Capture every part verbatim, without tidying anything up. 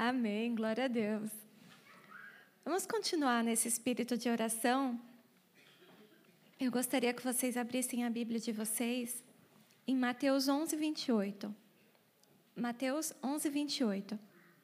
Amém, glória a Deus. Vamos continuar nesse espírito de oração. Eu gostaria que vocês abrissem a Bíblia de vocês em Mateus onze, vinte e oito. Mateus onze, vinte e oito.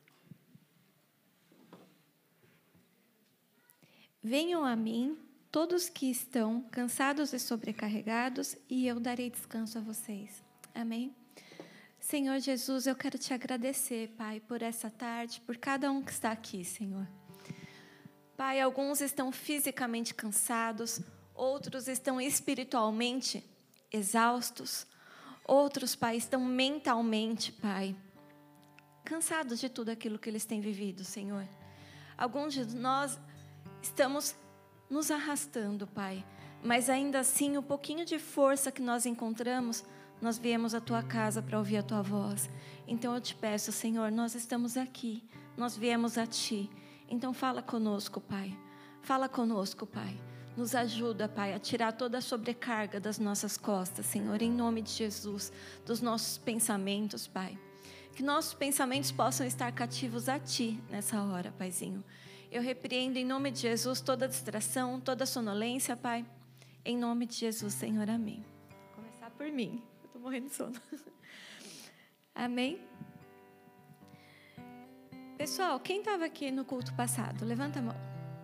Venham a mim todos que estão cansados e sobrecarregados, e eu darei descanso a vocês. Amém? Senhor Jesus, eu quero te agradecer, Pai, por essa tarde, por cada um que está aqui, Senhor. Pai, alguns estão fisicamente cansados, outros estão espiritualmente exaustos, outros, Pai, estão mentalmente, Pai, cansados de tudo aquilo que eles têm vivido, Senhor. Alguns de nós estamos nos arrastando, Pai, mas ainda assim, o pouquinho de força que nós encontramos, nós viemos à Tua casa para ouvir a Tua voz. Então eu te peço, Senhor, nós estamos aqui, nós viemos a Ti. Então fala conosco, Pai. Fala conosco, Pai. Nos ajuda, Pai, a tirar toda a sobrecarga das nossas costas, Senhor, em nome de Jesus, dos nossos pensamentos, Pai. Que nossos pensamentos possam estar cativos a Ti nessa hora, Paizinho. Eu repreendo em nome de Jesus toda distração, toda sonolência, Pai. Em nome de Jesus, Senhor, amém. Vou começar por mim. Estou morrendo de sono. Amém? Pessoal, quem estava aqui no culto passado? Levanta a mão.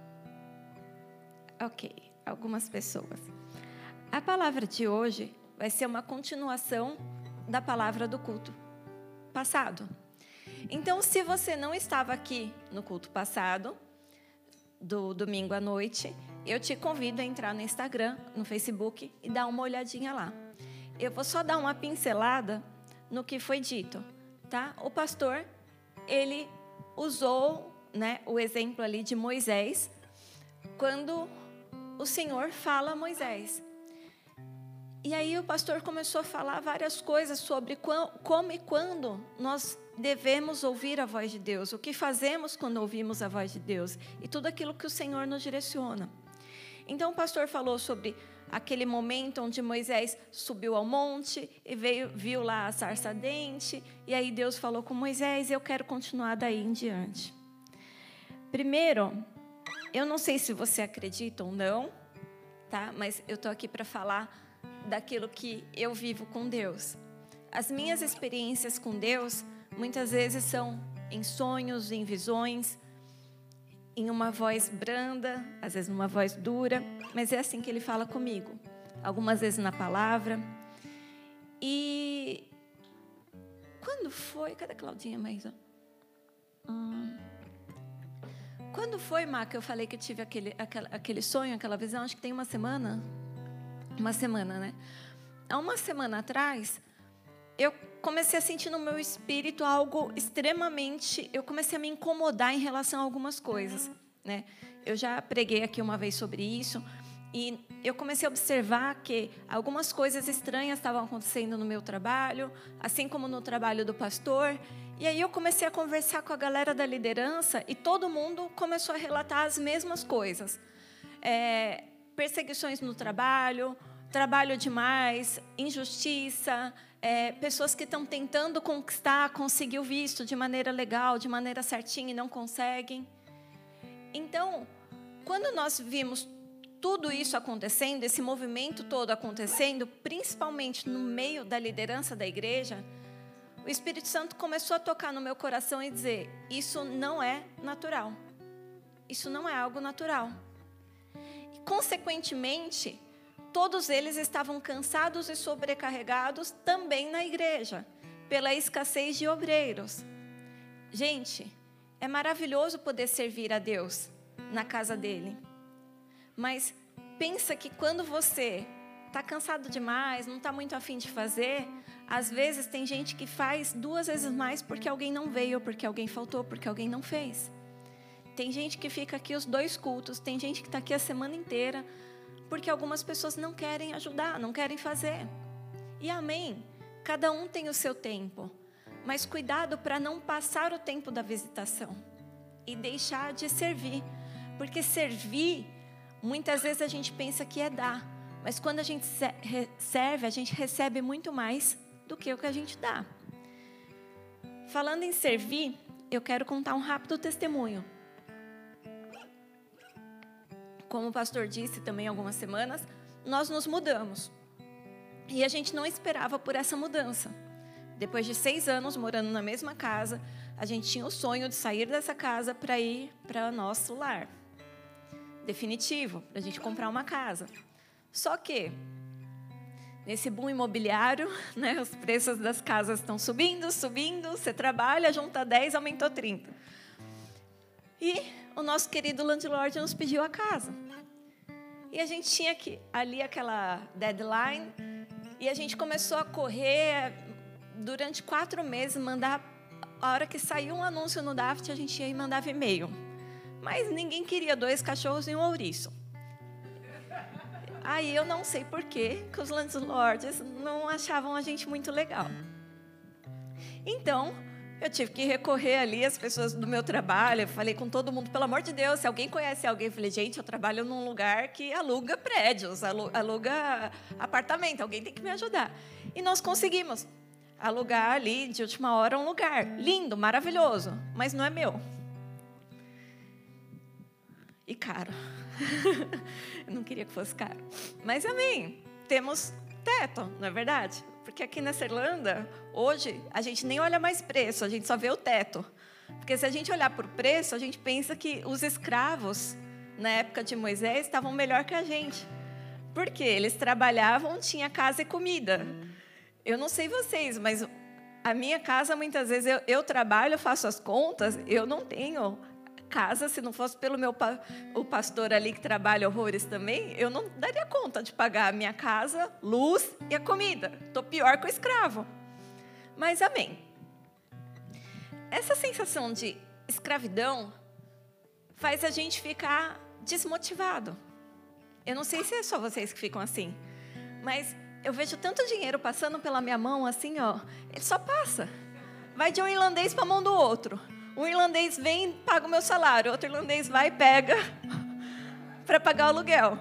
Ok, algumas pessoas. A palavra de hoje vai ser uma continuação da palavra do culto passado. Então, se você não estava aqui no culto passado, do domingo à noite, eu te convido a entrar no Instagram, no Facebook e dar uma olhadinha lá. Eu vou só dar uma pincelada no que foi dito, tá? O pastor, ele usou, né, o exemplo ali de Moisés, quando o Senhor fala a Moisés. E aí o pastor começou a falar várias coisas sobre como e quando nós devemos ouvir a voz de Deus, o que fazemos quando ouvimos a voz de Deus, e tudo aquilo que o Senhor nos direciona. Então o pastor falou sobre aquele momento onde Moisés subiu ao monte e veio, viu lá a sarça ardente, e aí Deus falou com Moisés, eu quero continuar daí em diante. Primeiro, eu não sei se você acredita ou não, tá? Mas eu estou aqui para falar daquilo que eu vivo com Deus. As minhas experiências com Deus, muitas vezes são em sonhos, em visões, em uma voz branda, às vezes numa voz dura, mas é assim que Ele fala comigo. Algumas vezes na palavra. E quando foi... Cadê a Claudinha mais? Hum... Quando foi, Má, que eu falei que eu tive aquele, aquele, aquele sonho, aquela visão? Acho que tem uma semana. Uma semana, né? Há uma semana atrás, eu comecei a sentir no meu espírito algo extremamente... Eu comecei a me incomodar em relação a algumas coisas, né? Eu já preguei aqui uma vez sobre isso, e eu comecei a observar que algumas coisas estranhas estavam acontecendo no meu trabalho, assim como no trabalho do pastor. E aí eu comecei a conversar com a galera da liderança e todo mundo começou a relatar as mesmas coisas. É, perseguições no trabalho, trabalho demais, injustiça, é, pessoas que estão tentando conquistar, conseguir o visto de maneira legal, de maneira certinha e não conseguem. Então, quando nós vimos tudo isso acontecendo, esse movimento todo acontecendo, principalmente no meio da liderança da igreja, o Espírito Santo começou a tocar no meu coração e dizer, isso não é natural. Isso não é algo natural. E, consequentemente, todos eles estavam cansados e sobrecarregados também na igreja, pela escassez de obreiros. Gente, é maravilhoso poder servir a Deus na casa dele. Mas pensa que quando você está cansado demais, não está muito afim de fazer, às vezes tem gente que faz duas vezes mais porque alguém não veio, porque alguém faltou, porque alguém não fez. Tem gente que fica aqui os dois cultos, tem gente que está aqui a semana inteira, porque algumas pessoas não querem ajudar, não querem fazer. E amém, cada um tem o seu tempo, mas cuidado para não passar o tempo da visitação e deixar de servir, porque servir, muitas vezes a gente pensa que é dar, mas quando a gente serve, a gente recebe muito mais do que o que a gente dá. Falando em servir, eu quero contar um rápido testemunho. Como o pastor disse também há algumas semanas, nós nos mudamos. E a gente não esperava por essa mudança. Depois de seis anos morando na mesma casa, a gente tinha o sonho de sair dessa casa para ir para nosso lar. Definitivo, para a gente comprar uma casa. Só que, nesse boom imobiliário, né, os preços das casas estão subindo, subindo, você trabalha, junta dez, aumentou trinta. E o nosso querido landlord nos pediu a casa. E a gente tinha que, ali aquela deadline, e a gente começou a correr durante quatro meses, mandar, a hora que saiu um anúncio no Daft, a gente ia e mandava e-mail. Mas ninguém queria dois cachorros e um ouriço. Aí eu não sei por quê, que os landlords não achavam a gente muito legal. Então, eu tive que recorrer ali às pessoas do meu trabalho. Eu falei com todo mundo, pelo amor de Deus, se alguém conhece alguém. Eu falei, gente, eu trabalho num lugar que aluga prédios, aluga apartamento. Alguém tem que me ajudar. E nós conseguimos alugar ali, de última hora, um lugar. Lindo, maravilhoso, mas não é meu. E caro. Eu não queria que fosse caro. Mas, amém. Temos teto, não é verdade? Porque aqui nessa Irlanda, hoje, a gente nem olha mais preço, a gente só vê o teto. Porque se a gente olhar por preço, a gente pensa que os escravos, na época de Moisés, estavam melhor que a gente. Porque eles trabalhavam, tinha casa e comida. Eu não sei vocês, mas a minha casa, muitas vezes, eu, eu trabalho, faço as contas, eu não tenho casa, se não fosse pelo meu o pastor ali que trabalha horrores também, eu não daria conta de pagar a minha casa, luz e a comida. Estou pior que o escravo. Mas, amém. Essa sensação de escravidão faz a gente ficar desmotivado. Eu não sei se é só vocês que ficam assim, mas eu vejo tanto dinheiro passando pela minha mão, assim, ó, ele só passa. Vai de um irlandês para a mão do outro. Um irlandês vem e paga o meu salário, outro irlandês vai e pega para pagar o aluguel.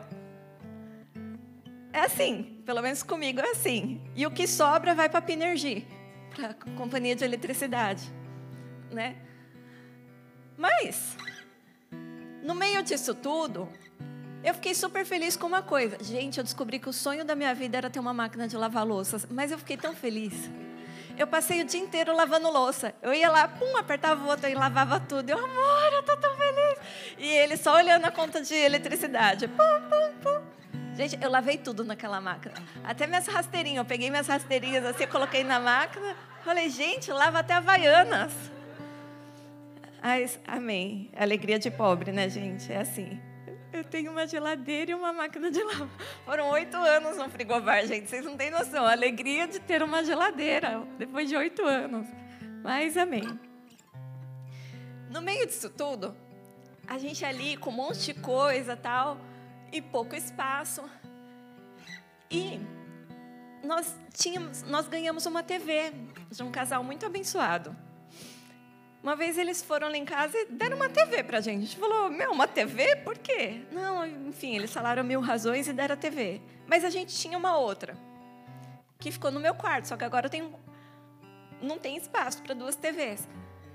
É assim, pelo menos comigo é assim. E o que sobra vai para a Pinergy, para a companhia de eletricidade, né? Mas, no meio disso tudo, eu fiquei super feliz com uma coisa. Gente, eu descobri que o sonho da minha vida era ter uma máquina de lavar louças, mas eu fiquei tão feliz. Eu passei o dia inteiro lavando louça. Eu ia lá, pum, apertava o botão e lavava tudo. Eu, amor, eu tô tão feliz. E ele só olhando a conta de eletricidade. Pum, pum, pum. Gente, eu lavei tudo naquela máquina. Até minhas rasteirinhas. Eu peguei minhas rasteirinhas assim, coloquei na máquina. Falei, gente, lava até Havaianas. Mas, amém. Alegria de pobre, né, gente? É assim. Eu tenho uma geladeira e uma máquina de lavar. Foram oito anos no frigobar, gente. Vocês não têm noção. A alegria de ter uma geladeira depois de oito anos. Mas, amém. No meio disso tudo, a gente ali com um monte de coisa tal, e pouco espaço. E nós, tínhamos, nós ganhamos uma T V de um casal muito abençoado. Uma vez eles foram lá em casa e deram uma T V para a gente. A gente falou, meu, uma T V? Por quê? Não, enfim, eles falaram mil razões e deram a T V. Mas a gente tinha uma outra, que ficou no meu quarto, só que agora eu tenho, não tem espaço para duas T Vs.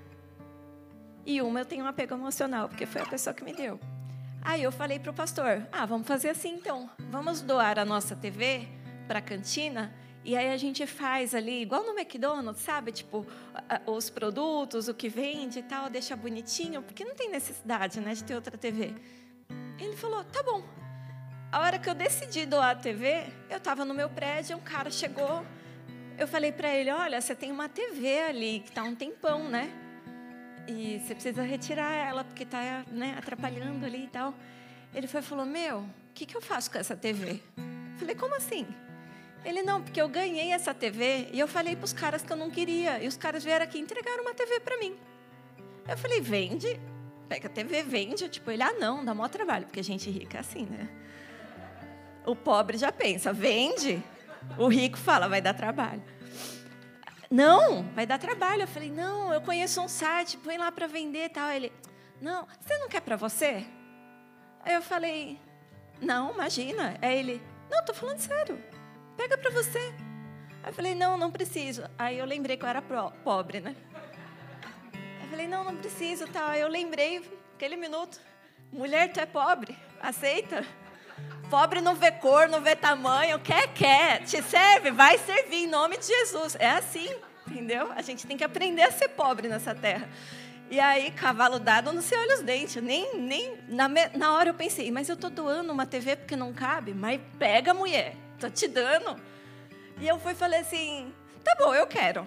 E uma eu tenho um apego emocional, porque foi a pessoa que me deu. Aí eu falei para o pastor, ah, vamos fazer assim então. Vamos doar a nossa T V para a cantina. E aí a gente faz ali, igual no McDonald's, sabe? Tipo, os produtos, o que vende e tal, deixa bonitinho, porque não tem necessidade, né, de ter outra T V. Ele falou, tá bom. A hora que eu decidi doar a T V, eu estava no meu prédio, um cara chegou, eu falei para ele, olha, você tem uma T V ali, que está um tempão, né? E você precisa retirar ela, porque está, né, atrapalhando ali e tal. Ele foi e falou, meu, o que, que eu faço com essa T V? Eu falei, como assim? Ele, não, porque eu ganhei essa T V e eu falei para os caras que eu não queria. E os caras vieram aqui e entregaram uma T V para mim. Eu falei, vende? Pega a T V, vende. Tipo, ele, ah, não, dá maior trabalho. Porque a gente rica é assim, né? O pobre já pensa, vende? O rico fala, vai dar trabalho. Não, vai dar trabalho. Eu falei, não, eu conheço um site, põe lá para vender e tal. Ele, não, você não quer para você? Aí eu falei, não, imagina. Aí ele, não, tô falando sério. Pega para você. Aí eu falei, não, não preciso. Aí eu lembrei que eu era pro, pobre, né? Eu falei, não, não preciso, tá. Eu lembrei, aquele minuto, mulher, tu é pobre, aceita? Pobre não vê cor, não vê tamanho, quer, quer, te serve, vai servir em nome de Jesus. É assim, entendeu? A gente tem que aprender a ser pobre nessa terra. E aí, cavalo dado, não se olha os dentes. Nem, nem, na, na hora eu pensei, mas eu estou doando uma T V porque não cabe? Mas pega, mulher, estou te dando. E eu fui e falei assim, tá bom, eu quero.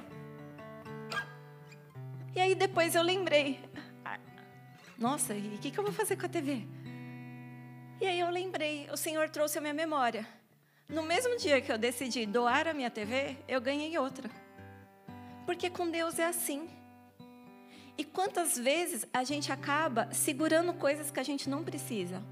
E aí depois eu lembrei, nossa, e o que, que eu vou fazer com a T V? E aí eu lembrei, o Senhor trouxe a minha memória. No mesmo dia que eu decidi doar a minha T V, eu ganhei outra. Porque com Deus é assim. E quantas vezes a gente acaba segurando coisas que a gente não precisa?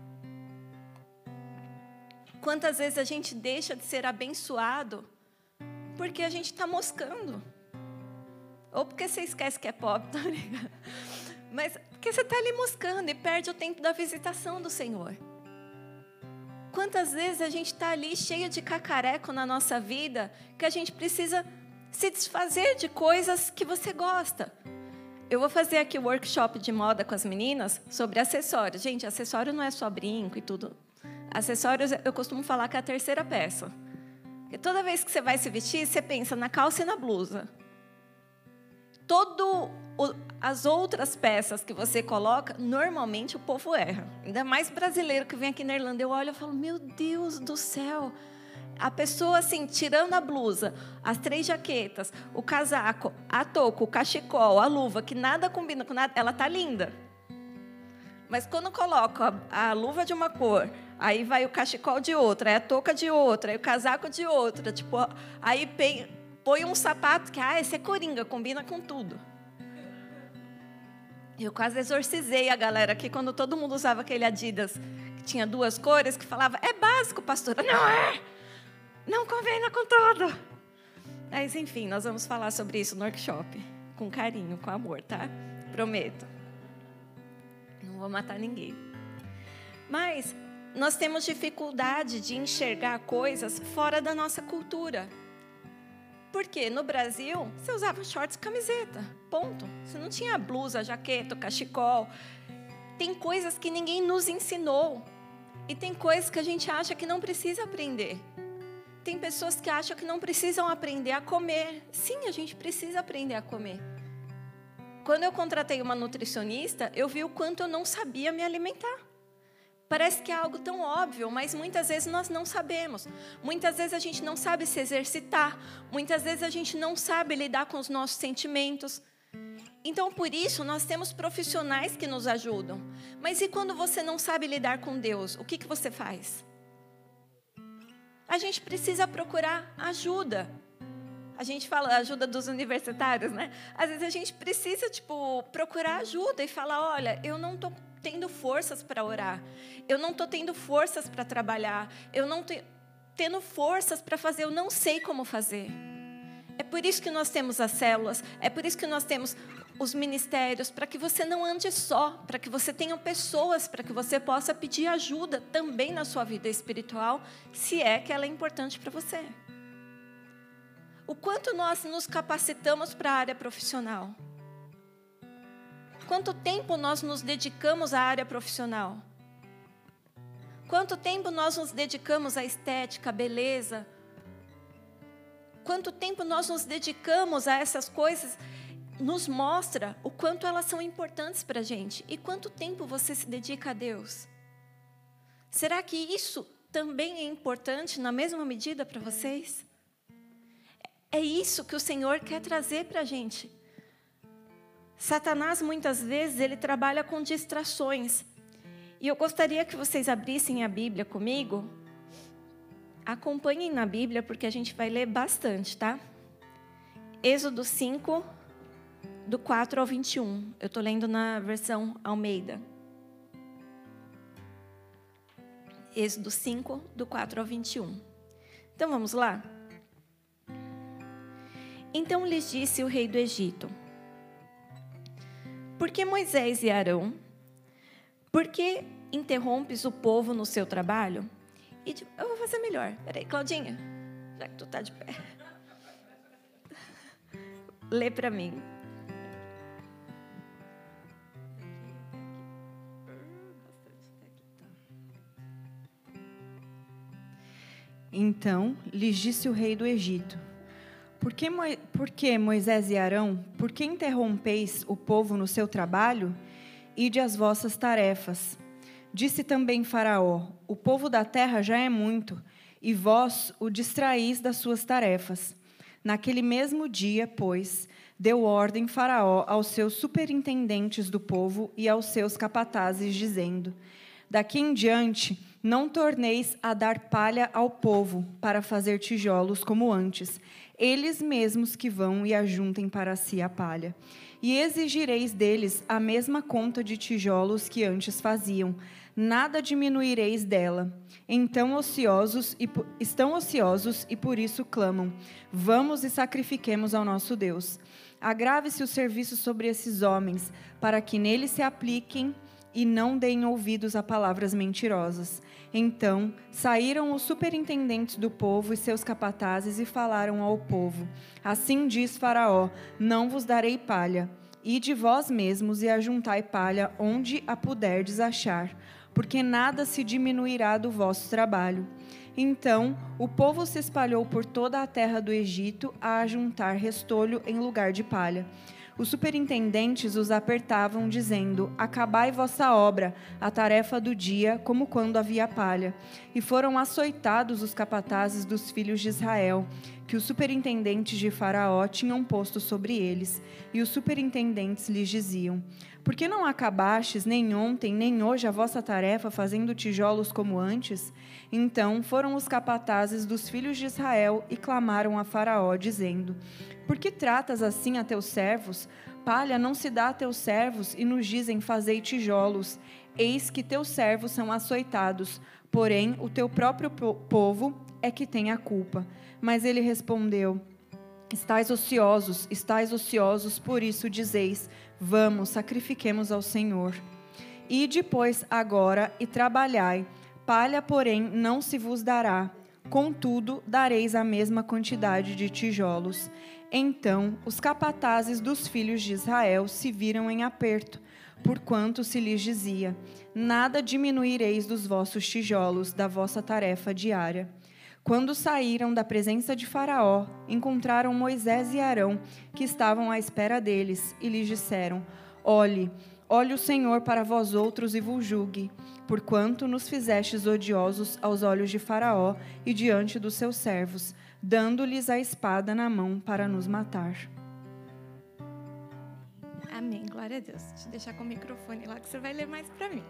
Quantas vezes a gente deixa de ser abençoado porque a gente está moscando? Ou porque você esquece que é pobre, tá ligado? Mas porque você está ali moscando e perde o tempo da visitação do Senhor. Quantas vezes a gente está ali cheio de cacareco na nossa vida que a gente precisa se desfazer de coisas que você gosta. Eu vou fazer aqui o workshop de moda com as meninas sobre acessórios. Gente, acessório não é só brinco e tudo. Acessórios, eu costumo falar que é a terceira peça. Porque toda vez que você vai se vestir, você pensa na calça e na blusa. Todo o, as outras peças que você coloca, normalmente o povo erra. Ainda mais brasileiro que vem aqui na Irlanda. Eu olho e falo, meu Deus do céu. A pessoa, assim, tirando a blusa, as três jaquetas, o casaco, a touca, o cachecol, a luva, que nada combina com nada, ela tá linda. Mas quando coloca a, a luva de uma cor, aí vai o cachecol de outra, aí a touca de outra, aí o casaco de outra, tipo, aí põe um sapato que, ah, esse é coringa, combina com tudo. Eu quase exorcizei a galera aqui quando todo mundo usava aquele Adidas que tinha duas cores, que falava, é básico, pastora. Não é! Não combina com tudo. Mas, enfim, nós vamos falar sobre isso no workshop. Com carinho, com amor, tá? Prometo. Não vou matar ninguém. Mas nós temos dificuldade de enxergar coisas fora da nossa cultura. Porque no Brasil, você usava shorts e camiseta. Ponto. Você não tinha blusa, jaqueta, cachecol. Tem coisas que ninguém nos ensinou. E tem coisas que a gente acha que não precisa aprender. Tem pessoas que acham que não precisam aprender a comer. Sim, a gente precisa aprender a comer. Quando eu contratei uma nutricionista, eu vi o quanto eu não sabia me alimentar. Parece que é algo tão óbvio, mas muitas vezes nós não sabemos. Muitas vezes a gente não sabe se exercitar. Muitas vezes a gente não sabe lidar com os nossos sentimentos. Então, por isso, nós temos profissionais que nos ajudam. Mas e quando você não sabe lidar com Deus? O que, que você faz? A gente precisa procurar ajuda. A gente fala ajuda dos universitários, né? Às vezes a gente precisa, tipo, procurar ajuda e falar, olha, eu não estou tendo forças para orar. Eu não estou tendo forças para trabalhar. Eu não estou tendo forças para fazer. Eu não sei como fazer. É por isso que nós temos as células. É por isso que nós temos os ministérios, para que você não ande só, para que você tenha pessoas, para que você possa pedir ajuda também na sua vida espiritual, se é que ela é importante para você. O quanto nós nos capacitamos para a área profissional? Quanto tempo nós nos dedicamos à área profissional? Quanto tempo nós nos dedicamos à estética, à beleza? Quanto tempo nós nos dedicamos a essas coisas? Nos mostra o quanto elas são importantes para a gente. E quanto tempo você se dedica a Deus? Será que isso também é importante na mesma medida para vocês? É isso que o Senhor quer trazer para a gente. Satanás, muitas vezes, ele trabalha com distrações. E eu gostaria que vocês abrissem a Bíblia comigo. Acompanhem na Bíblia, porque a gente vai ler bastante, tá? Êxodo cinco, do quatro ao vinte e um. Eu estou lendo na versão Almeida. Êxodo cinco, do quatro ao vinte e um. Então, vamos lá? Então lhes disse o rei do Egito: por que Moisés e Arão? Por que interrompes o povo no seu trabalho? E eu vou fazer melhor. Peraí, Claudinha, já que tu está de pé. Lê para mim. Então lhes disse o rei do Egito: Por que, Mo... Por que Moisés e Arão, por que interrompeis o povo no seu trabalho? Ide às vossas tarefas. Disse também Faraó: O povo da terra já é muito, e vós o distraís das suas tarefas. Naquele mesmo dia, pois, deu ordem Faraó aos seus superintendentes do povo e aos seus capatazes, dizendo: Daqui em diante, não torneis a dar palha ao povo para fazer tijolos como antes, eles mesmos que vão e ajuntem para si a palha. E exigireis deles a mesma conta de tijolos que antes faziam, nada diminuireis dela. Então ociosos e, estão ociosos e por isso clamam: Vamos e sacrifiquemos ao nosso Deus. Agrave-se o serviço sobre esses homens, para que neles se apliquem e não deem ouvidos a palavras mentirosas. Então saíram os superintendentes do povo e seus capatazes e falaram ao povo: Assim diz Faraó: Não vos darei palha. Ide vós mesmos e ajuntai palha onde a puderdes achar, porque nada se diminuirá do vosso trabalho. Então o povo se espalhou por toda a terra do Egito a ajuntar restolho em lugar de palha. Os superintendentes os apertavam, dizendo: Acabai vossa obra, a tarefa do dia, como quando havia palha. E foram açoitados os capatazes dos filhos de Israel, que os superintendentes de Faraó tinham posto sobre eles. E os superintendentes lhes diziam: Por que não acabastes nem ontem, nem hoje a vossa tarefa, fazendo tijolos como antes? Então foram os capatazes dos filhos de Israel e clamaram a Faraó, dizendo: Por que tratas assim a teus servos? Palha não se dá a teus servos, e nos dizem: Fazei tijolos. Eis que teus servos são açoitados, porém o teu próprio povo é que tem a culpa. Mas ele respondeu: Estais ociosos, estais ociosos, por isso dizeis: Vamos, sacrifiquemos ao Senhor. Ide, pois, agora e trabalhai. Palha, porém, não se vos dará. Contudo, dareis a mesma quantidade de tijolos. Então os capatazes dos filhos de Israel se viram em aperto, porquanto se lhes dizia: Nada diminuireis dos vossos tijolos, da vossa tarefa diária. Quando saíram da presença de Faraó, encontraram Moisés e Arão, que estavam à espera deles, e lhes disseram: Olhe, olhe o Senhor para vós outros e vos julgue, porquanto nos fizestes odiosos aos olhos de Faraó e diante dos seus servos, dando-lhes a espada na mão para nos matar. Amém, glória a Deus. Deixa eu deixar com o microfone lá que você vai ler mais para mim.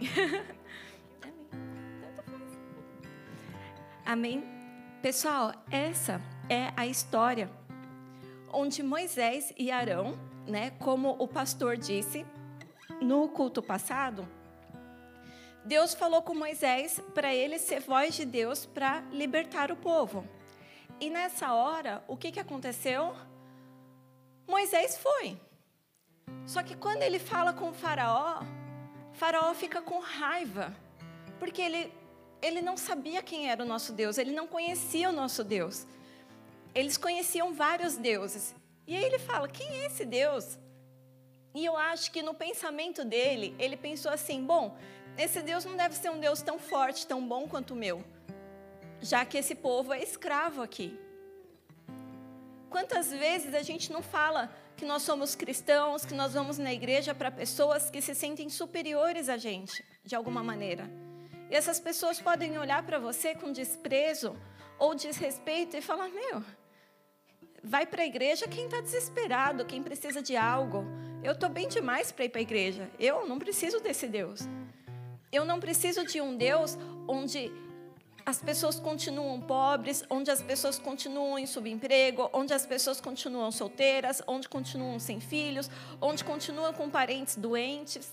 Amém. Amém. Pessoal, essa é a história onde Moisés e Arão, né, como o pastor disse no culto passado, Deus falou com Moisés para ele ser voz de Deus para libertar o povo. E nessa hora, o que, que aconteceu? Moisés foi. Só que quando ele fala com o faraó, o faraó fica com raiva, porque ele, ele não sabia quem era o nosso Deus, ele não conhecia o nosso Deus. Eles conheciam vários deuses. E aí ele fala: quem é esse Deus? E eu acho que no pensamento dele, ele pensou assim: bom, esse Deus não deve ser um Deus tão forte, tão bom quanto o meu, já que esse povo é escravo aqui. Quantas vezes a gente não fala que nós somos cristãos, que nós vamos na igreja para pessoas que se sentem superiores a gente, de alguma maneira. E essas pessoas podem olhar para você com desprezo ou desrespeito e falar: meu, vai para a igreja quem está desesperado, quem precisa de algo. Eu estou bem demais para ir para a igreja. Eu não preciso desse Deus. Eu não preciso de um Deus onde as pessoas continuam pobres, onde as pessoas continuam em subemprego, onde as pessoas continuam solteiras, onde continuam sem filhos, onde continuam com parentes doentes.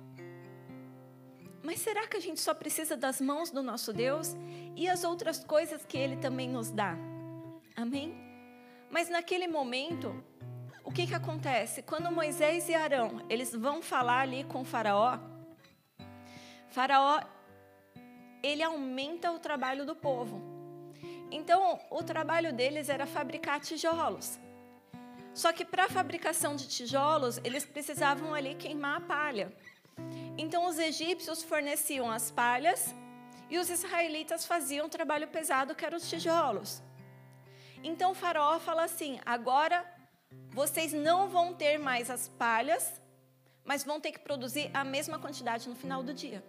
Mas será que a gente só precisa das mãos do nosso Deus e as outras coisas que Ele também nos dá? Amém? Mas naquele momento, o que que acontece? Quando Moisés e Arão, eles vão falar ali com o faraó, Faraó, ele aumenta o trabalho do povo. Então, o trabalho deles era fabricar tijolos. Só que para a fabricação de tijolos, eles precisavam ali queimar a palha. Então, os egípcios forneciam as palhas e os israelitas faziam um trabalho pesado, que eram os tijolos. Então o faraó fala assim: agora vocês não vão ter mais as palhas, mas vão ter que produzir a mesma quantidade no final do dia.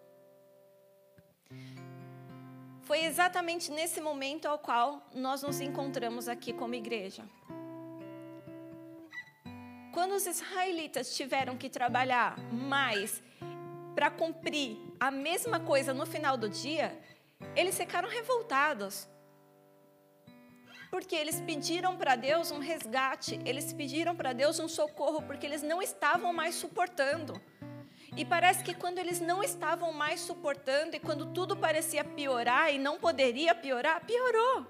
Foi exatamente nesse momento ao qual nós nos encontramos aqui como igreja. Quando os israelitas tiveram que trabalhar mais para cumprir a mesma coisa no final do dia, eles ficaram revoltados. Porque eles pediram para Deus um resgate, eles pediram para Deus um socorro, porque eles não estavam mais suportando. E parece que quando eles não estavam mais suportando, e quando tudo parecia piorar e não poderia piorar, piorou.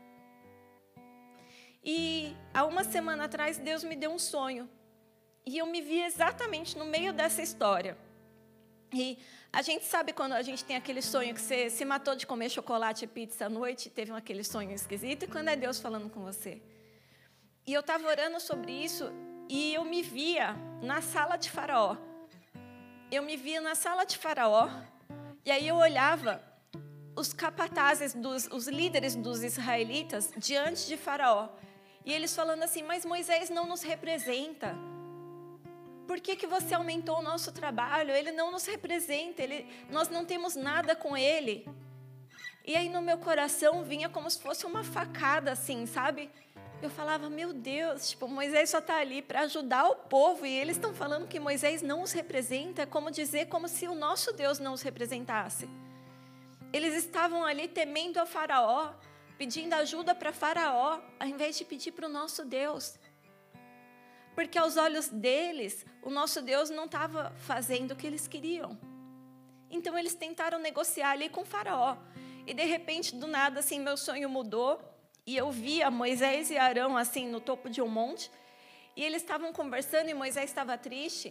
E há uma semana atrás, Deus me deu um sonho. E eu me vi exatamente no meio dessa história. E a gente sabe quando a gente tem aquele sonho que você se matou de comer chocolate e pizza à noite, teve aquele sonho esquisito, e quando é Deus falando com você. E eu estava orando sobre isso, e eu me via na sala de Faraó. Eu me via na sala de Faraó, e aí eu olhava os capatazes, dos, os líderes dos israelitas diante de Faraó. E eles falando assim: mas Moisés não nos representa. Por que que você aumentou o nosso trabalho? Ele não nos representa, ele, nós não temos nada com ele. E aí no meu coração vinha como se fosse uma facada assim, sabe? Eu falava: meu Deus, tipo, Moisés só está ali para ajudar o povo, e eles estão falando que Moisés não os representa, é como dizer, como se o nosso Deus não os representasse. Eles estavam ali temendo a Faraó, pedindo ajuda para Faraó, ao invés de pedir para o nosso Deus. Porque aos olhos deles, o nosso Deus não estava fazendo o que eles queriam. Então eles tentaram negociar ali com o Faraó. E de repente, do nada, assim, meu sonho mudou. E eu via Moisés e Arão, assim, no topo de um monte. E eles estavam conversando e Moisés estava triste,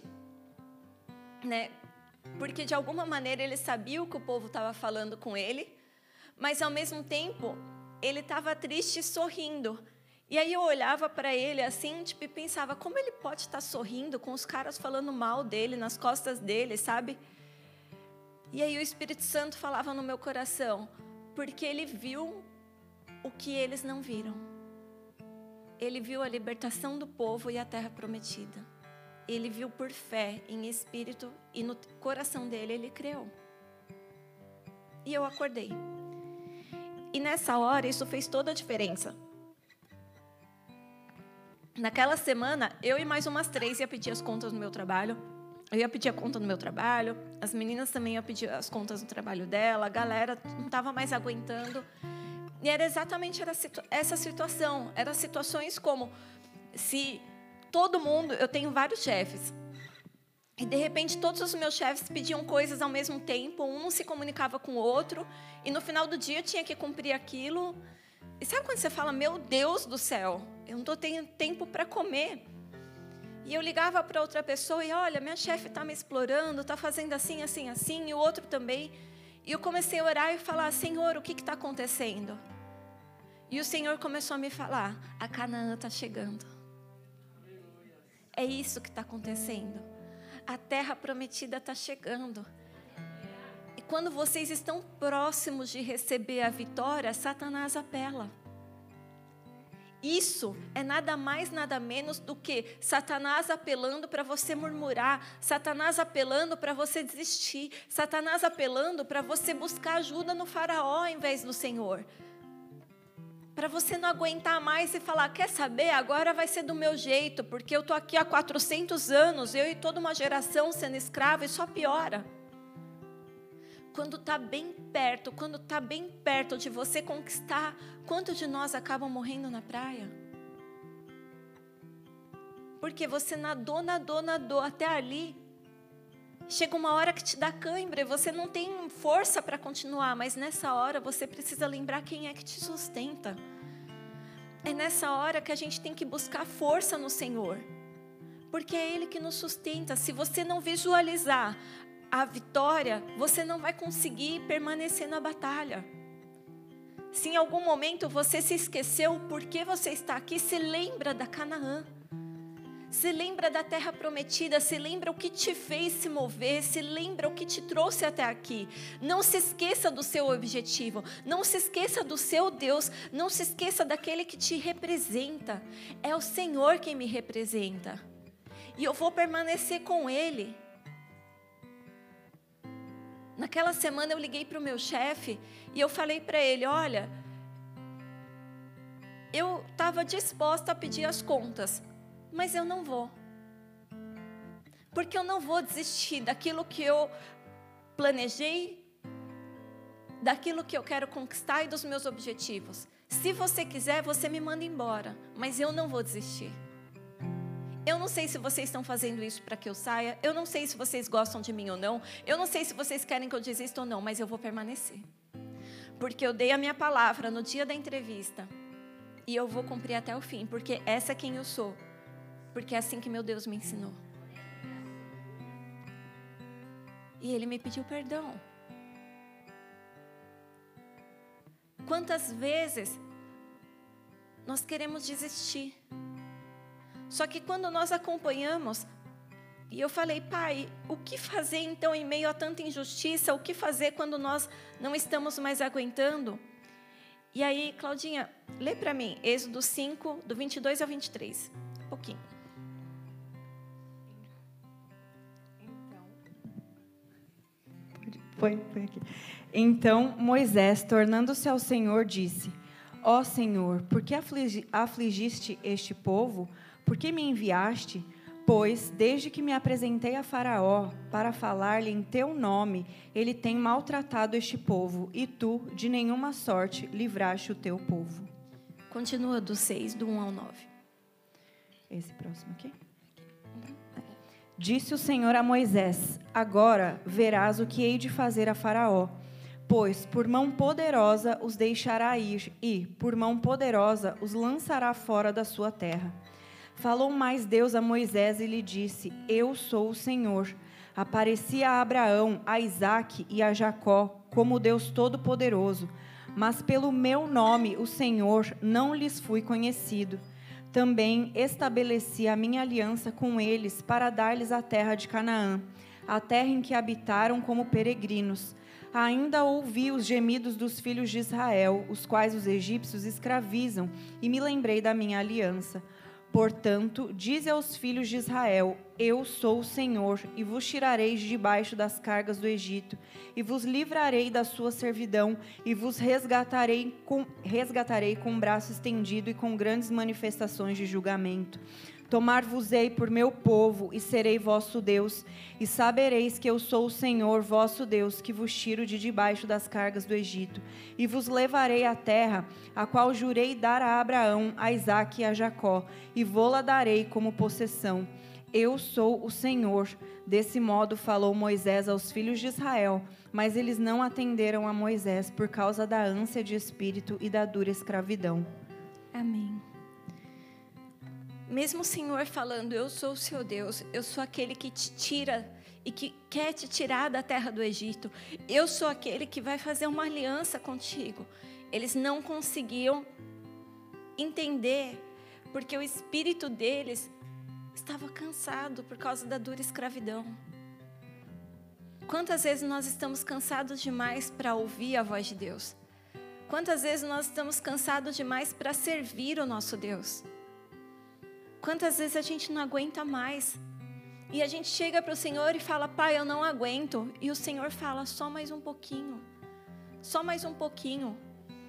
né? Porque, de alguma maneira, ele sabia o que o povo estava falando com ele. Mas, ao mesmo tempo, ele estava triste e sorrindo. E aí eu olhava para ele, assim, tipo, e pensava: como ele pode estar sorrindo com os caras falando mal dele, nas costas dele, sabe? E aí o Espírito Santo falava no meu coração: porque ele viu o que eles não viram. Ele viu a libertação do povo e a terra prometida. Ele viu por fé, em espírito, e no coração dele ele creu. E eu acordei. E nessa hora isso fez toda a diferença. Naquela semana, eu e mais umas três ia pedir as contas do meu trabalho. Eu ia pedir a conta do meu trabalho. As meninas também iam pedir as contas do trabalho dela. A galera não estava mais aguentando. E era exatamente essa situação. Eram situações como se todo mundo... Eu tenho vários chefes. E, de repente, todos os meus chefes pediam coisas ao mesmo tempo. Um não se comunicava com o outro. E, no final do dia, eu tinha que cumprir aquilo. E sabe quando você fala: meu Deus do céu, eu não estou tendo tempo para comer? E eu ligava para outra pessoa e: olha, minha chefe está me explorando, está fazendo assim, assim, assim, e o outro também. E eu comecei a orar e falar: Senhor, o que está acontecendo? E o Senhor começou a me falar: a Canaã está chegando. É isso que está acontecendo. A terra prometida está chegando. E quando vocês estão próximos de receber a vitória, Satanás apela. Isso é nada mais, nada menos do que Satanás apelando para você murmurar, Satanás apelando para você desistir, Satanás apelando para você buscar ajuda no Faraó ao invés do Senhor. Para você não aguentar mais e falar: quer saber, agora vai ser do meu jeito, porque eu estou aqui há quatrocentos anos, eu e toda uma geração sendo escrava, e só piora. Quando está bem perto, quando está bem perto de você conquistar, quantos de nós acabam morrendo na praia? Porque você nadou, nadou, nadou até ali. Chega uma hora que te dá cãibra e você não tem força para continuar, mas nessa hora você precisa lembrar quem é que te sustenta. É nessa hora que a gente tem que buscar força no Senhor, porque é Ele que nos sustenta. Se você não visualizar a vitória, você não vai conseguir permanecer na batalha. Se em algum momento você se esqueceu por que você está aqui, se lembra da Canaã. Se lembra da terra prometida, se lembra o que te fez se mover, se lembra o que te trouxe até aqui. Não se esqueça do seu objetivo, não se esqueça do seu Deus, não se esqueça daquele que te representa. É o Senhor quem me representa. E eu vou permanecer com Ele. Naquela semana eu liguei para o meu chefe e eu falei para ele, olha, eu estava disposta a pedir as contas, mas eu não vou. Porque eu não vou desistir daquilo que eu planejei, daquilo que eu quero conquistar e dos meus objetivos. Se você quiser, você me manda embora, mas eu não vou desistir. Eu não sei se vocês estão fazendo isso para que eu saia, eu não sei se vocês gostam de mim ou não, eu não sei se vocês querem que eu desista ou não, mas eu vou permanecer. Porque eu dei a minha palavra no dia da entrevista e eu vou cumprir até o fim, porque essa é quem eu sou, porque é assim que meu Deus me ensinou. E Ele me pediu perdão. Quantas vezes nós queremos desistir? Só que quando nós acompanhamos, e eu falei, Pai, o que fazer então em meio a tanta injustiça? O que fazer quando nós não estamos mais aguentando? E aí, Claudinha, lê para mim, Êxodo cinco, do vinte e dois ao vinte e três. Um pouquinho. Foi, foi aqui. Então, Moisés, tornando-se ao Senhor, disse, ó Senhor, por que afligi, afligiste este povo? Por que me enviaste? Pois, desde que me apresentei a Faraó para falar-lhe em teu nome, ele tem maltratado este povo, e tu, de nenhuma sorte, livraste o teu povo. Continua do seis, do um ao nove. Esse próximo aqui. Disse o Senhor a Moisés, agora verás o que hei de fazer a Faraó, pois por mão poderosa os deixará ir, e, por mão poderosa, os lançará fora da sua terra. Falou mais Deus a Moisés e lhe disse, eu sou o Senhor. Apareci a Abraão, a Isaque e a Jacó, como Deus Todo-Poderoso, mas pelo meu nome, o Senhor, não lhes fui conhecido. Também estabeleci a minha aliança com eles para dar-lhes a terra de Canaã, a terra em que habitaram como peregrinos. Ainda ouvi os gemidos dos filhos de Israel, os quais os egípcios escravizam, e me lembrei da minha aliança. Portanto, dize aos filhos de Israel, eu sou o Senhor, e vos tirarei de debaixo das cargas do Egito, e vos livrarei da sua servidão, e vos resgatarei com, resgatarei com braço estendido e com grandes manifestações de julgamento. Tomar-vos-ei por meu povo, e serei vosso Deus, e sabereis que eu sou o Senhor, vosso Deus, que vos tiro de debaixo das cargas do Egito, e vos levarei à terra, a qual jurei dar a Abraão, a Isaque e a Jacó, e vô-la darei como possessão. Eu sou o Senhor. Desse modo falou Moisés aos filhos de Israel, mas eles não atenderam a Moisés por causa da ânsia de espírito e da dura escravidão. Amém. Mesmo o Senhor falando, eu sou o seu Deus, eu sou aquele que te tira e que quer te tirar da terra do Egito, eu sou aquele que vai fazer uma aliança contigo. Eles não conseguiam entender, porque o espírito deles estava cansado por causa da dura escravidão. Quantas vezes nós estamos cansados demais para ouvir a voz de Deus? Quantas vezes nós estamos cansados demais para servir o nosso Deus? Quantas vezes a gente não aguenta mais e a gente chega para o Senhor e fala, Pai, eu não aguento, e o Senhor fala, só mais um pouquinho, só mais um pouquinho.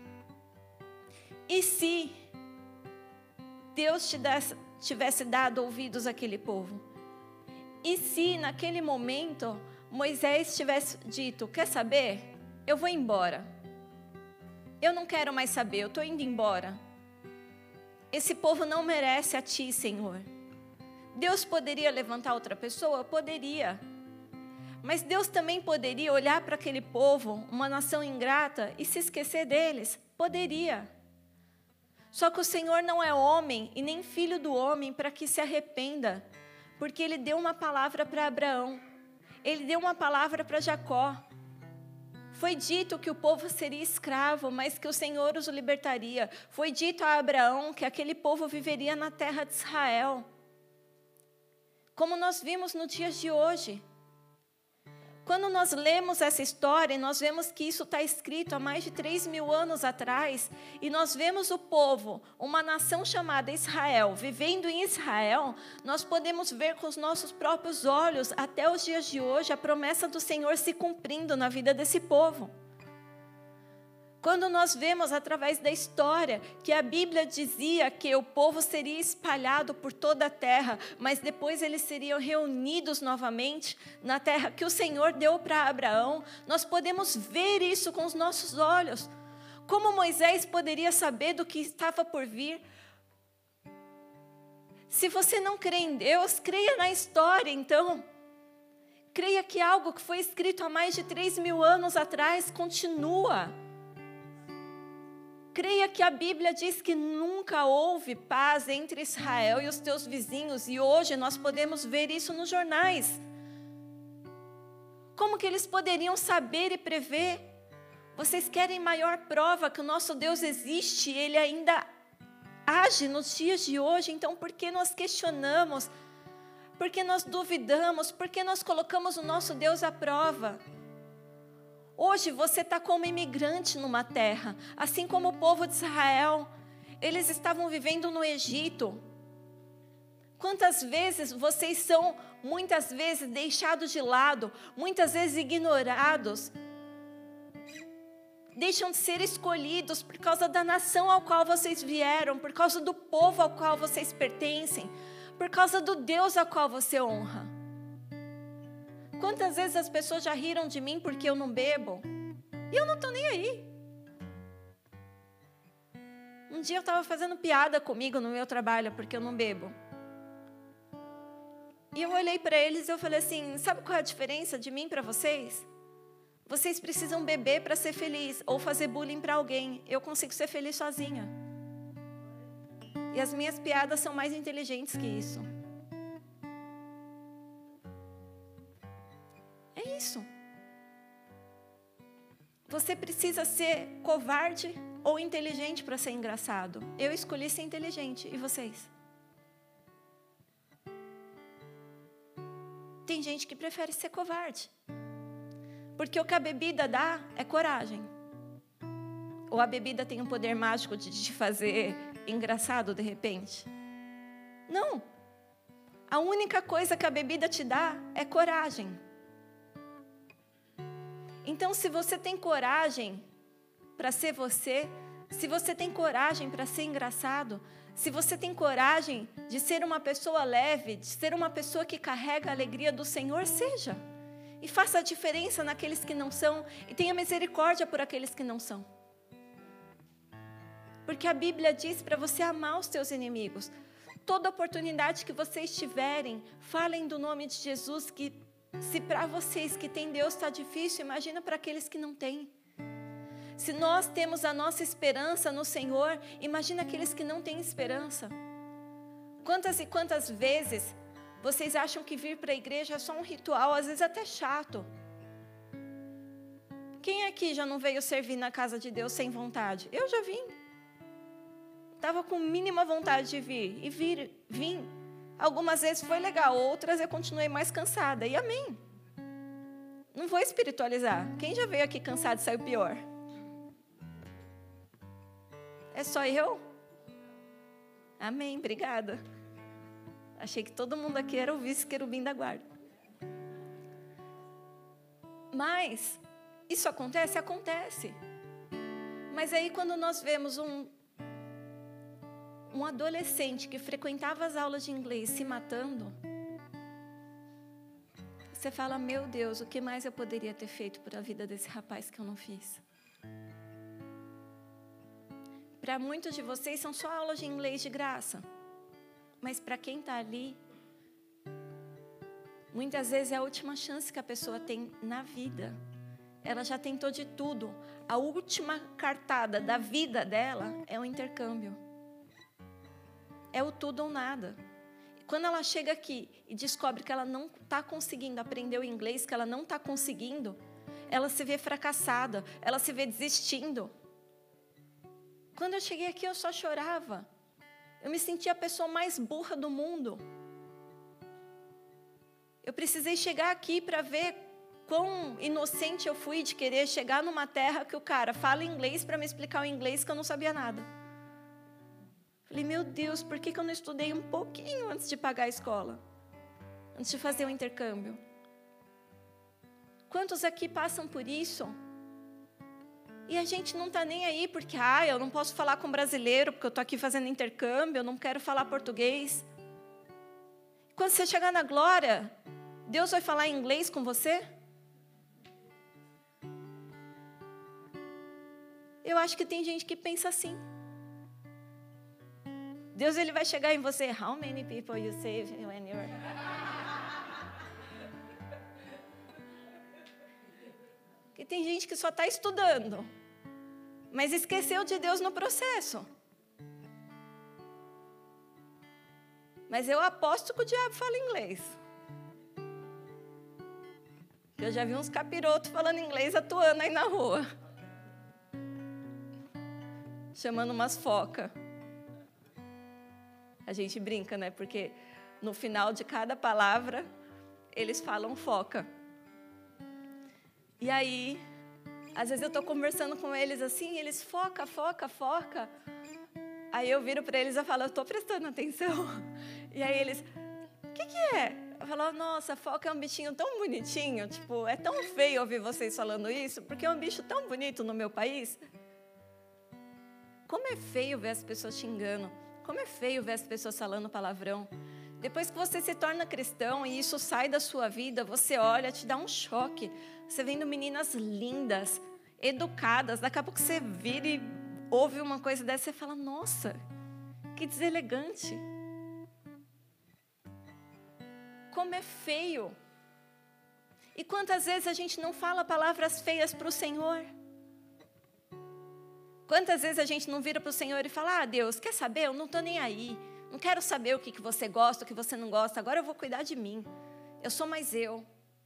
E se Deus te desse, tivesse dado ouvidos àquele povo? E se naquele momento Moisés tivesse dito, quer saber? Eu vou embora, eu não quero mais saber, eu estou indo embora. Esse povo não merece a ti, Senhor. Deus poderia levantar outra pessoa? Poderia. Mas Deus também poderia olhar para aquele povo, uma nação ingrata, e se esquecer deles? Poderia. Só que o Senhor não é homem e nem filho do homem para que se arrependa, porque Ele deu uma palavra para Abraão, Ele deu uma palavra para Jacó. Foi dito que o povo seria escravo, mas que o Senhor os libertaria. Foi dito a Abraão que aquele povo viveria na terra de Israel. como nós vimos no dia de hoje. Quando nós lemos essa história, nós vemos que isso está escrito há mais de três mil anos atrás, e nós vemos o povo, uma nação chamada Israel, vivendo em Israel, nós podemos ver com os nossos próprios olhos, até os dias de hoje, a promessa do Senhor se cumprindo na vida desse povo. Quando nós vemos através da história que a Bíblia dizia que o povo seria espalhado por toda a terra, mas depois eles seriam reunidos novamente na terra que o Senhor deu para Abraão, nós podemos ver isso com os nossos olhos. Como Moisés poderia saber do que estava por vir? Se você não crê em Deus, creia na história, então. Creia que algo que foi escrito há mais de três mil anos atrás continua. Creia que a Bíblia diz que nunca houve paz entre Israel e os teus vizinhos, e hoje nós podemos ver isso nos jornais. Como que eles poderiam saber e prever? Vocês querem maior prova que o nosso Deus existe, Ele ainda age nos dias de hoje? Então por que nós questionamos? Por que nós duvidamos? Por que nós colocamos o nosso Deus à prova? Hoje você está como imigrante numa terra, assim como o povo de Israel. Eles estavam vivendo no Egito. Quantas vezes vocês são, muitas vezes, deixados de lado, muitas vezes ignorados, deixam de ser escolhidos por causa da nação ao qual vocês vieram, por causa do povo ao qual vocês pertencem, por causa do Deus ao qual você honra. Quantas vezes as pessoas já riram de mim porque eu não bebo? E eu não estou nem aí. Um dia eu estava fazendo piada comigo no meu trabalho porque eu não bebo. E eu olhei para eles e eu falei assim, sabe qual é a diferença de mim para vocês? Vocês precisam beber para ser feliz ou fazer bullying para alguém. Eu consigo ser feliz sozinha. E as minhas piadas são mais inteligentes que isso. É isso. Você precisa ser covarde ou inteligente para ser engraçado. Eu escolhi ser inteligente. E vocês? Tem gente que prefere ser covarde. Porque o que a bebida dá é coragem. Ou a bebida tem um poder mágico de te fazer engraçado de repente? Não. A única coisa que a bebida te dá é coragem. Então, se você tem coragem para ser você, se você tem coragem para ser engraçado, se você tem coragem de ser uma pessoa leve, de ser uma pessoa que carrega a alegria do Senhor, seja. E faça a diferença naqueles que não são, e tenha misericórdia por aqueles que não são. Porque a Bíblia diz para você amar os teus inimigos. Toda oportunidade que vocês tiverem, falem do nome de Jesus, que se para vocês que têm Deus está difícil, imagina para aqueles que não têm. Se nós temos a nossa esperança no Senhor, imagina aqueles que não têm esperança. Quantas e quantas vezes vocês acham que vir para a igreja é só um ritual, às vezes até chato? Quem aqui já não veio servir na casa de Deus sem vontade? Eu já vim. Estava com mínima vontade de vir, e vir, vim. Algumas vezes foi legal, outras eu continuei mais cansada. E amém. Não vou espiritualizar. Quem já veio aqui cansado e saiu pior? É só eu? Amém, obrigada. Achei que todo mundo aqui era o vice-querubim da guarda. Mas, isso acontece? Acontece. Mas aí quando nós vemos um... um adolescente que frequentava as aulas de inglês se matando, você fala, meu Deus, o que mais eu poderia ter feito por a vida desse rapaz que eu não fiz? Para muitos de vocês são só aulas de inglês de graça, mas para quem está ali, muitas vezes é a última chance que a pessoa tem na vida. Ela já tentou de tudo. A última cartada da vida dela é o intercâmbio. É o tudo ou nada. Quando ela chega aqui e descobre que ela não está conseguindo aprender o inglês, que ela não está conseguindo, ela se vê fracassada, ela se vê desistindo. Quando eu cheguei aqui, eu só chorava. Eu me sentia a pessoa mais burra do mundo. Eu precisei chegar aqui para ver quão inocente eu fui de querer chegar numa terra que o cara fala inglês para me explicar o inglês que eu não sabia nada. Falei, meu Deus, por que que eu não estudei um pouquinho antes de pagar a escola? Antes de fazer o intercâmbio? Quantos aqui passam por isso? E a gente não está nem aí porque, ah, eu não posso falar com brasileiro porque eu estou aqui fazendo intercâmbio, eu não quero falar português. Quando você chegar na glória, Deus vai falar em inglês com você? Eu acho que tem gente que pensa assim. Deus ele vai chegar em você, how many people you save when you're... Porque tem gente que só está estudando, mas esqueceu de Deus no processo. Mas eu aposto que o diabo fala inglês. Eu já vi uns capirotos falando inglês atuando aí na rua. Chamando umas focas. A gente brinca, né? Porque no final de cada palavra, eles falam foca. E aí, às vezes eu estou conversando com eles assim, e eles foca, foca, foca. Aí eu viro para eles e falo, eu estou prestando atenção. E aí eles, o que, que é? Eu falo, nossa, foca é um bichinho tão bonitinho, tipo, é tão feio ouvir vocês falando isso, porque é um bicho tão bonito no meu país. Como é feio ver as pessoas xingando, como é feio ver as pessoas falando palavrão. Depois que você se torna cristão e isso sai da sua vida, você olha, te dá um choque. Você vendo meninas lindas, educadas, daqui a pouco você vira e ouve uma coisa dessa e fala, nossa, que deselegante. Como é feio. E quantas vezes a gente não fala palavras feias para o Senhor? Quantas vezes a gente não vira para o Senhor e fala, ah, Deus, quer saber? Eu não estou nem aí. Não quero saber o que, que você gosta, o que você não gosta. Agora eu vou cuidar de mim. Eu sou mais eu.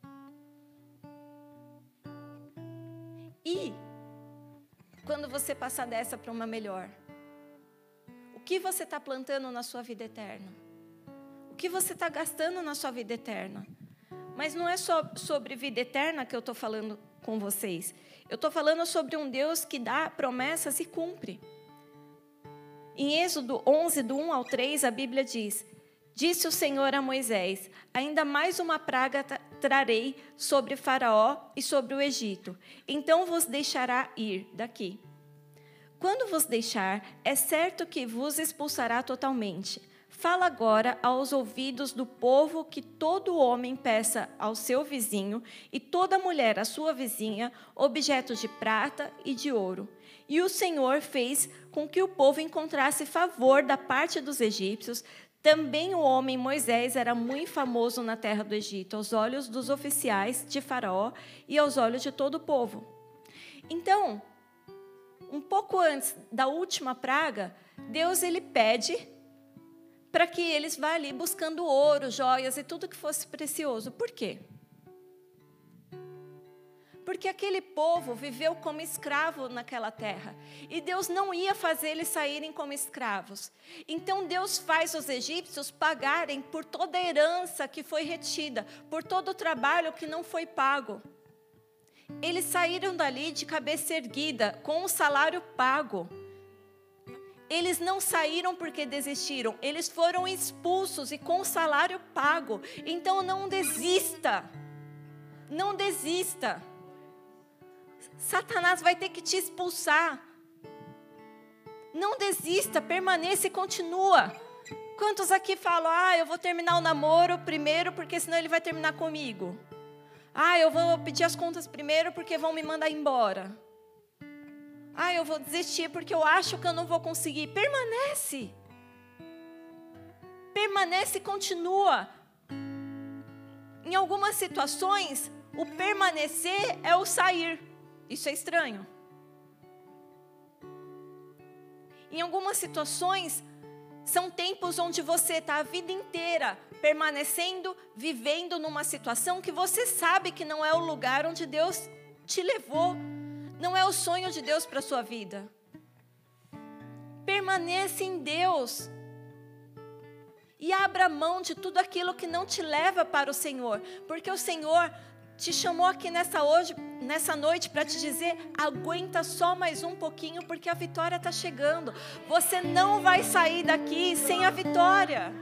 E quando você passar dessa para uma melhor, o que você está plantando na sua vida eterna? O que você está gastando na sua vida eterna? Mas não é só sobre vida eterna que eu estou falando com vocês. Eu estou falando sobre um Deus que dá promessas e cumpre. Em Êxodo onze, do um ao três, a Bíblia diz, disse o Senhor a Moisés, ainda mais uma praga trarei sobre Faraó e sobre o Egito. Então vos deixará ir daqui. Quando vos deixar, é certo que vos expulsará totalmente. Fala agora aos ouvidos do povo que todo homem peça ao seu vizinho e toda mulher à sua vizinha objetos de prata e de ouro. E o Senhor fez com que o povo encontrasse favor da parte dos egípcios. Também o homem Moisés era muito famoso na terra do Egito, aos olhos dos oficiais de Faraó e aos olhos de todo o povo. Então, um pouco antes da última praga, Deus ele pede para que eles vá ali buscando ouro, joias e tudo que fosse precioso. Por quê? Porque aquele povo viveu como escravo naquela terra. E Deus não ia fazer eles saírem como escravos. Então Deus faz os egípcios pagarem por toda a herança que foi retida, por todo o trabalho que não foi pago. Eles saíram dali de cabeça erguida, com o salário pago. Eles não saíram porque desistiram, eles foram expulsos e com o salário pago. Então não desista, não desista. Satanás vai ter que te expulsar. Não desista, permaneça e continua. Quantos aqui falam, ah, eu vou terminar o namoro primeiro porque senão ele vai terminar comigo. Ah, eu vou pedir as contas primeiro porque vão me mandar embora. Ah, eu vou desistir porque eu acho que eu não vou conseguir. Permanece. Permanece e continua. Em algumas situações, o permanecer é o sair. Isso é estranho. Em algumas situações, são tempos onde você está a vida inteira permanecendo, vivendo numa situação que você sabe que não é o lugar onde Deus te levou. Não é o sonho de Deus para a sua vida. Permaneça em Deus. E abra mão de tudo aquilo que não te leva para o Senhor. Porque o Senhor te chamou aqui nessa, hoje, nessa noite para te dizer, aguenta só mais um pouquinho, porque a vitória está chegando. Você não vai sair daqui sem a vitória.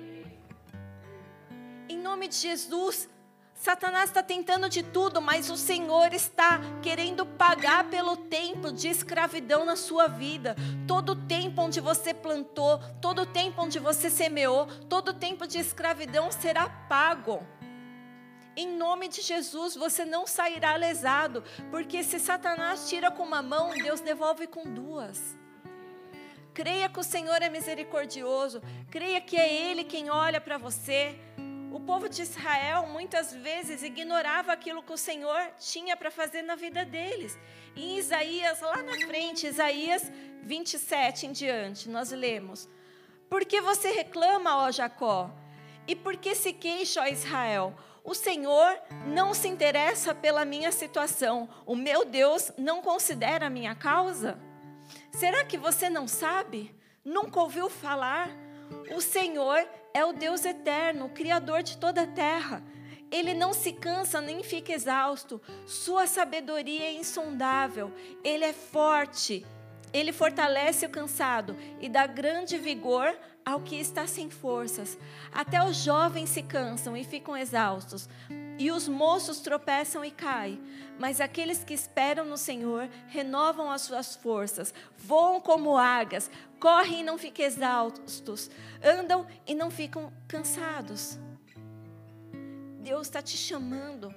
Em nome de Jesus, Satanás está tentando de tudo, mas o Senhor está querendo pagar pelo tempo de escravidão na sua vida. Todo o tempo onde você plantou, todo o tempo onde você semeou, todo o tempo de escravidão será pago. Em nome de Jesus, você não sairá lesado, porque se Satanás tira com uma mão, Deus devolve com duas. Creia que o Senhor é misericordioso, creia que é Ele quem olha para você. O povo de Israel muitas vezes ignorava aquilo que o Senhor tinha para fazer na vida deles. Em Isaías, lá na frente, Isaías vinte e sete em diante, nós lemos: por que você reclama, ó Jacó? E por que se queixa, ó Israel? O Senhor não se interessa pela minha situação. O meu Deus não considera a minha causa? Será que você não sabe? Nunca ouviu falar? O Senhor é o Deus eterno, o Criador de toda a terra. Ele não se cansa nem fica exausto. Sua sabedoria é insondável. Ele é forte. Ele fortalece o cansado e dá grande vigor ao que está sem forças. Até os jovens se cansam e ficam exaustos, e os moços tropeçam e caem. Mas aqueles que esperam no Senhor renovam as suas forças, voam como águias, correm e não ficam exaustos, andam e não ficam cansados. Deus está te chamando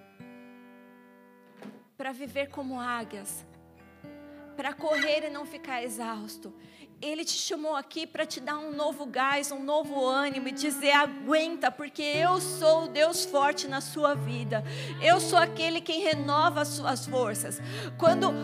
para viver como águias, para correr e não ficar exausto. Ele te chamou aqui para te dar um novo gás, um novo ânimo e dizer, aguenta, porque eu sou o Deus forte na sua vida. Eu sou aquele quem renova as suas forças. Quando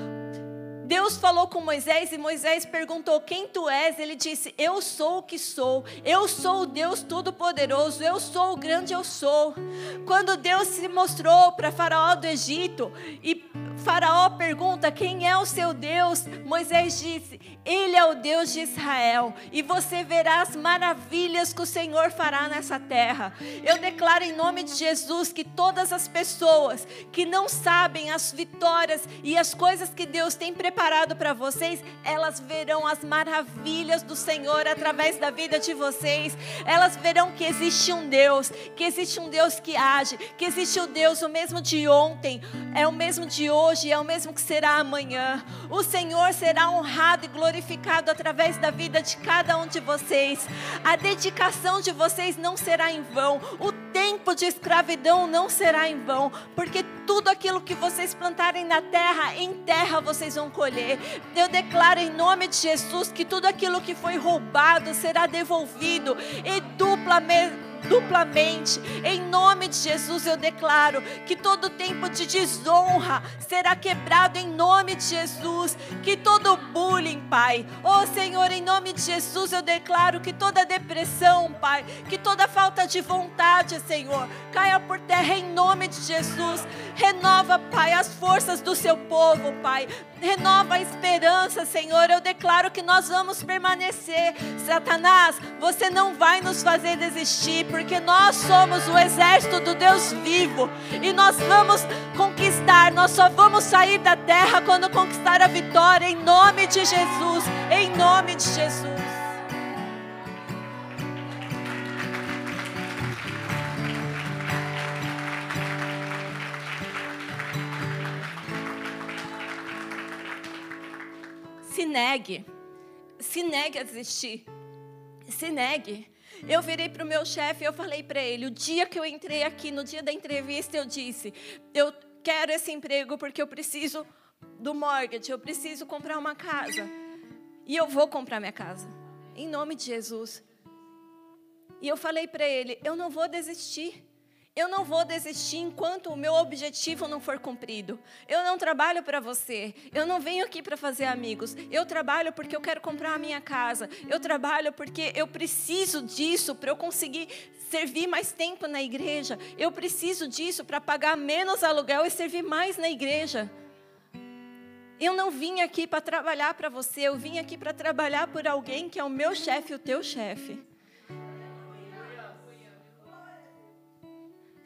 Deus falou com Moisés e Moisés perguntou, quem tu és? Ele disse, eu sou o que sou. Eu sou o Deus Todo-Poderoso. Eu sou o grande eu sou. Quando Deus se mostrou para Faraó do Egito e Faraó pergunta, quem é o seu Deus? Moisés disse, Ele é o Deus de Israel, e você verá as maravilhas que o Senhor fará nessa terra. Eu declaro em nome de Jesus que todas as pessoas que não sabem as vitórias e as coisas que Deus tem preparado para vocês, elas verão as maravilhas do Senhor através da vida de vocês. Elas verão que existe um Deus, que existe um Deus que age, que existe o Deus o mesmo de ontem, é o mesmo de hoje, Hoje é o mesmo que será amanhã. O Senhor será honrado e glorificado através da vida de cada um de vocês. A dedicação de vocês não será em vão. O tempo de escravidão não será em vão, porque tudo aquilo que vocês plantarem na terra, em terra vocês vão colher. Eu declaro em nome de Jesus que tudo aquilo que foi roubado será devolvido e duplamente. duplamente, em nome de Jesus eu declaro que todo tempo de desonra será quebrado em nome de Jesus, que todo bullying, Pai, oh Senhor, em nome de Jesus eu declaro que toda depressão, Pai, que toda falta de vontade, Senhor, caia por terra em nome de Jesus. Renova, Pai, as forças do seu povo, Pai, renova a esperança, Senhor. Eu declaro que nós vamos permanecer. Satanás, você não vai nos fazer desistir, porque nós somos o exército do Deus vivo, e nós vamos conquistar. Nós só vamos sair da terra quando conquistar a vitória, em nome de Jesus, em nome de Jesus. Se negue, se negue a desistir, se negue. Eu virei para o meu chefe e eu falei para ele, o dia que eu entrei aqui, no dia da entrevista, eu disse, eu quero esse emprego porque eu preciso do mortgage, eu preciso comprar uma casa. E eu vou comprar minha casa, em nome de Jesus. E eu falei para ele, eu não vou desistir. Eu não vou desistir enquanto o meu objetivo não for cumprido. Eu não trabalho para você. Eu não venho aqui para fazer amigos. Eu trabalho porque eu quero comprar a minha casa. Eu trabalho porque eu preciso disso para eu conseguir servir mais tempo na igreja. Eu preciso disso para pagar menos aluguel e servir mais na igreja. Eu não vim aqui para trabalhar para você. Eu vim aqui para trabalhar por alguém que é o meu chefe e o teu chefe.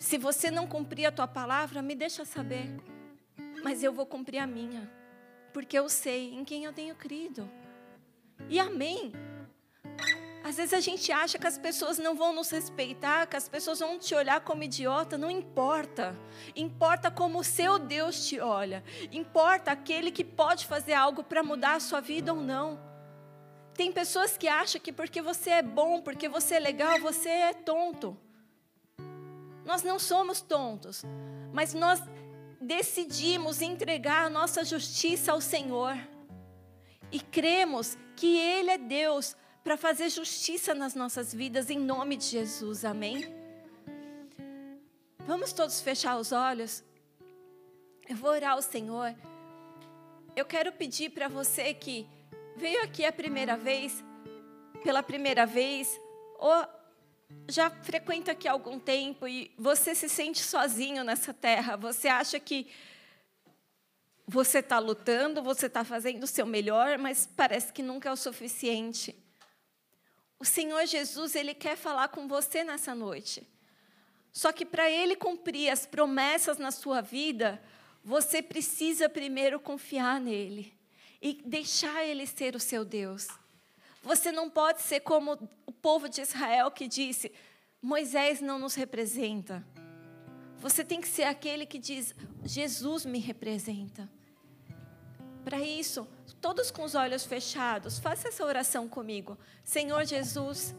Se você não cumprir a tua palavra, me deixa saber. Mas eu vou cumprir a minha. Porque eu sei em quem eu tenho crido. E amém. Às vezes a gente acha que as pessoas não vão nos respeitar, que as pessoas vão te olhar como idiota. Não importa. Importa como o seu Deus te olha. Importa aquele que pode fazer algo para mudar a sua vida ou não. Tem pessoas que acham que porque você é bom, porque você é legal, você é tonto. Nós não somos tontos, mas nós decidimos entregar a nossa justiça ao Senhor. E cremos que Ele é Deus para fazer justiça nas nossas vidas, em nome de Jesus, amém? Vamos todos fechar os olhos? Eu vou orar ao Senhor. Eu quero pedir para você que veio aqui a primeira vez, pela primeira vez, ou já frequenta aqui há algum tempo e você se sente sozinho nessa terra, você acha que você está lutando, você está fazendo o seu melhor, mas parece que nunca é o suficiente. O Senhor Jesus, Ele quer falar com você nessa noite. Só que para Ele cumprir as promessas na sua vida, você precisa primeiro confiar nele e deixar Ele ser o seu Deus. Você não pode ser como o povo de Israel que disse, Moisés não nos representa. Você tem que ser aquele que diz, Jesus me representa. Para isso, todos com os olhos fechados, faça essa oração comigo. Senhor Jesus,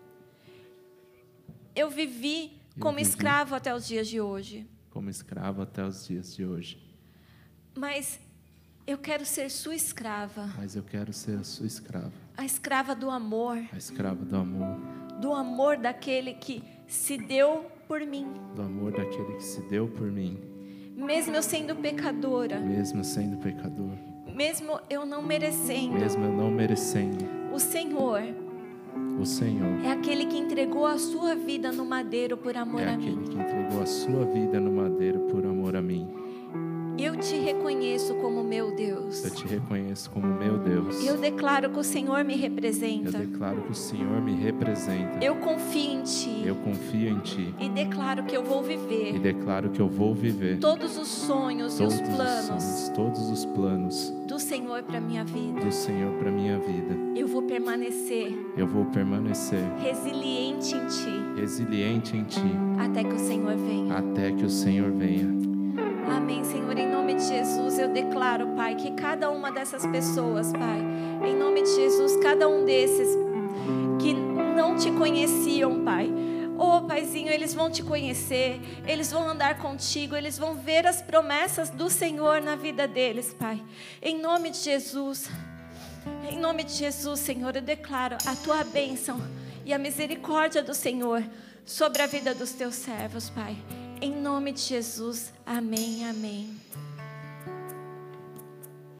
eu vivi como escravo até os dias de hoje. Como escravo até os dias de hoje. Mas eu quero ser sua escrava. Mas eu quero ser a sua escrava. A escrava do amor. A escrava do amor. Do amor daquele que se deu por mim. Do amor daquele que se deu por mim. Mesmo eu sendo pecadora. Mesmo sendo pecador. Mesmo eu não merecendo. Mesmo eu não merecendo. O Senhor. O Senhor. É aquele que entregou a sua vida no madeiro por amor é a mim. É aquele que entregou a sua vida no madeiro por amor a mim. Eu te reconheço como meu Deus. Eu te reconheço como meu Deus. Eu declaro que o Senhor me representa. Eu declaro que o Senhor me representa. Eu confio em Ti. Eu confio em Ti. E declaro que eu vou viver. E declaro que eu vou viver. Todos os sonhos todos e os planos. Os sonhos, todos os planos. Do Senhor para minha vida. Do Senhor para minha vida. Eu vou permanecer. Eu vou permanecer. Resiliente em Ti. Resiliente em Ti. Até que o Senhor venha. Até que o Senhor venha. Amém, Senhor, em nome de Jesus, eu declaro, Pai, que cada uma dessas pessoas, Pai, em nome de Jesus, cada um desses que não te conheciam, Pai, oh, Paizinho, eles vão te conhecer, eles vão andar contigo, eles vão ver as promessas do Senhor na vida deles, Pai, em nome de Jesus, em nome de Jesus, Senhor, eu declaro a Tua bênção e a misericórdia do Senhor sobre a vida dos Teus servos, Pai. Em nome de Jesus, amém, amém.